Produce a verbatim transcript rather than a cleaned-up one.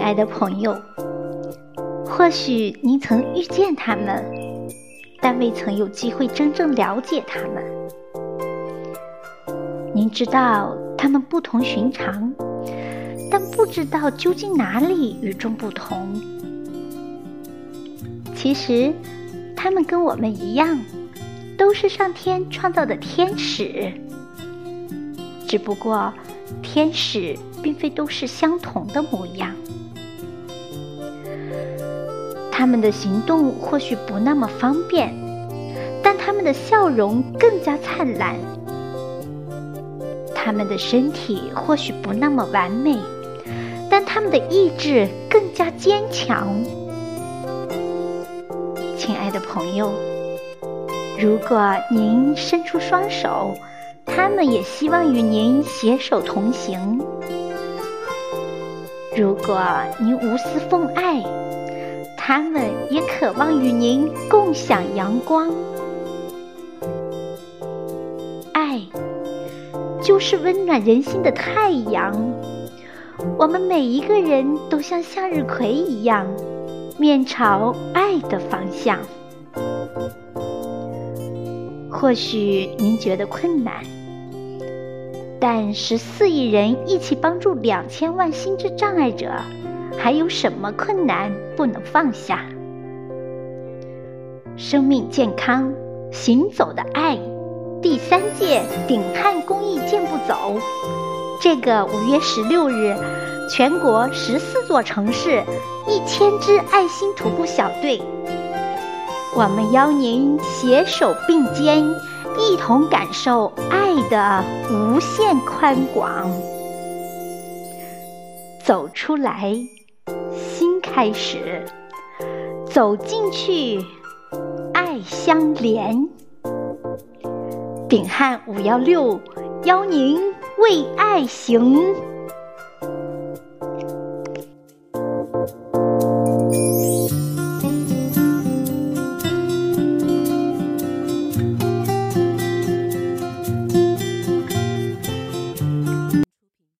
爱的朋友，或许您曾遇见他们，但未曾有机会真正了解他们。您知道他们不同寻常，但不知道究竟哪里与众不同。其实他们跟我们一样，都是上天创造的天使，只不过天使并非都是相同的模样。他们的行动或许不那么方便，但他们的笑容更加灿烂。他们的身体或许不那么完美，但他们的意志更加坚强。亲爱的朋友，如果您伸出双手，他们也希望与您携手同行。如果您无私奉爱，他们也渴望与您共享阳光。爱就是温暖人心的太阳，我们每一个人都像向日葵一样，面朝爱的方向。或许您觉得困难，但十四亿人一起帮助两千万心智障碍者，还有什么困难不能放下？生命健康，行走的爱，第三届鼎汉公益健步走，这个五月十六日，全国十四座城市，一千支爱心徒步小队，我们邀您携手并肩，一同感受爱的无限宽广。走出来，新开始，走进去，爱相连。鼎汉五一六邀您为爱行。